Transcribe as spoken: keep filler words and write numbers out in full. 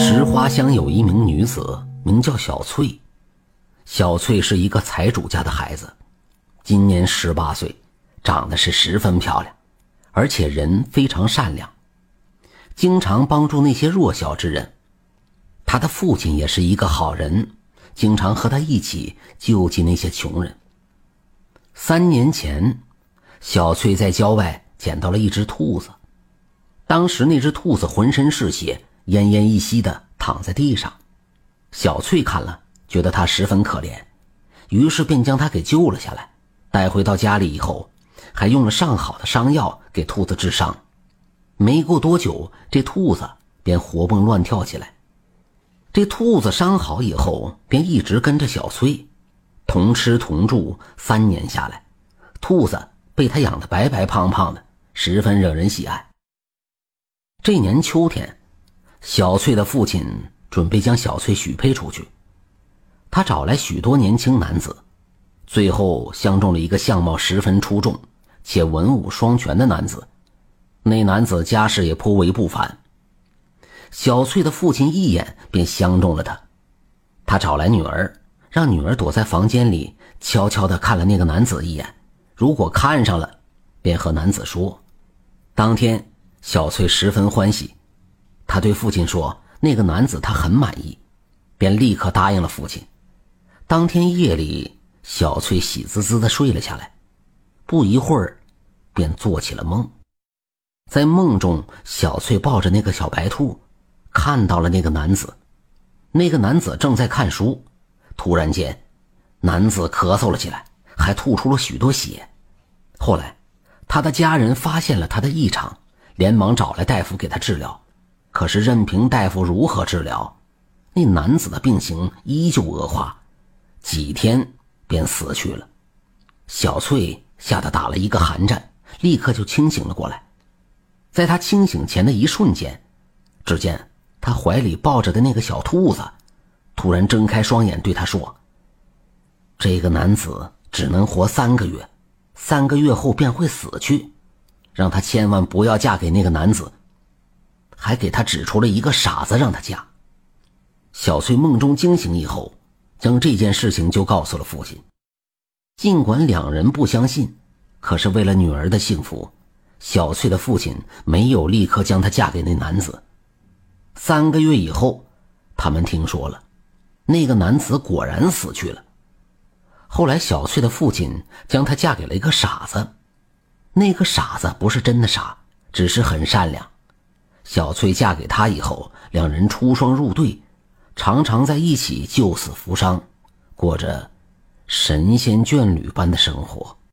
石花乡有一名女子，名叫小翠。小翠是一个财主家的孩子，今年十八岁，长得是十分漂亮，而且人非常善良，经常帮助那些弱小之人。他的父亲也是一个好人，经常和他一起救济那些穷人。三年前，小翠在郊外捡到了一只兔子，当时那只兔子浑身是血，奄奄一息地躺在地上。小翠看了，觉得它十分可怜，于是便将它给救了下来，带回到家里以后，还用了上好的伤药给兔子治伤。没过多久，这兔子便活蹦乱跳起来。这兔子伤好以后，便一直跟着小翠，同吃同住，三年下来，兔子被他养得白白胖胖的，十分惹人喜爱。这年秋天，小翠的父亲准备将小翠许配出去，他找来许多年轻男子，最后相中了一个相貌十分出众且文武双全的男子。那男子家世也颇为不凡，小翠的父亲一眼便相中了他。他找来女儿，让女儿躲在房间里，悄悄地看了那个男子一眼，如果看上了，便和男子说。当天，小翠十分欢喜，她对父亲说那个男子她很满意，便立刻答应了父亲。当天夜里，小翠喜滋滋地睡了下来，不一会儿便做起了梦。在梦中，小翠抱着那个小白兔，看到了那个男子。那个男子正在看书，突然间，男子咳嗽了起来，还吐出了许多血。后来，他的家人发现了他的异常，连忙找来大夫给他治疗。可是任凭大夫如何治疗，那男子的病情依旧恶化，几天便死去了。小翠吓得打了一个寒战，立刻就清醒了过来。在他清醒前的一瞬间，只见他怀里抱着的那个小兔子突然睁开双眼对他说，这个男子只能活三个月，三个月后便会死去，让他千万不要嫁给那个男子，还给他指出了一个傻子让他嫁。小翠梦中惊醒以后，将这件事情就告诉了父亲。尽管两人不相信，可是为了女儿的幸福，小翠的父亲没有立刻将她嫁给那男子。三个月以后，他们听说了，那个男子果然死去了。后来小翠的父亲将她嫁给了一个傻子，那个傻子不是真的傻，只是很善良。小翠嫁给他以后，两人出双入对，常常在一起救死扶伤，过着神仙眷侣般的生活。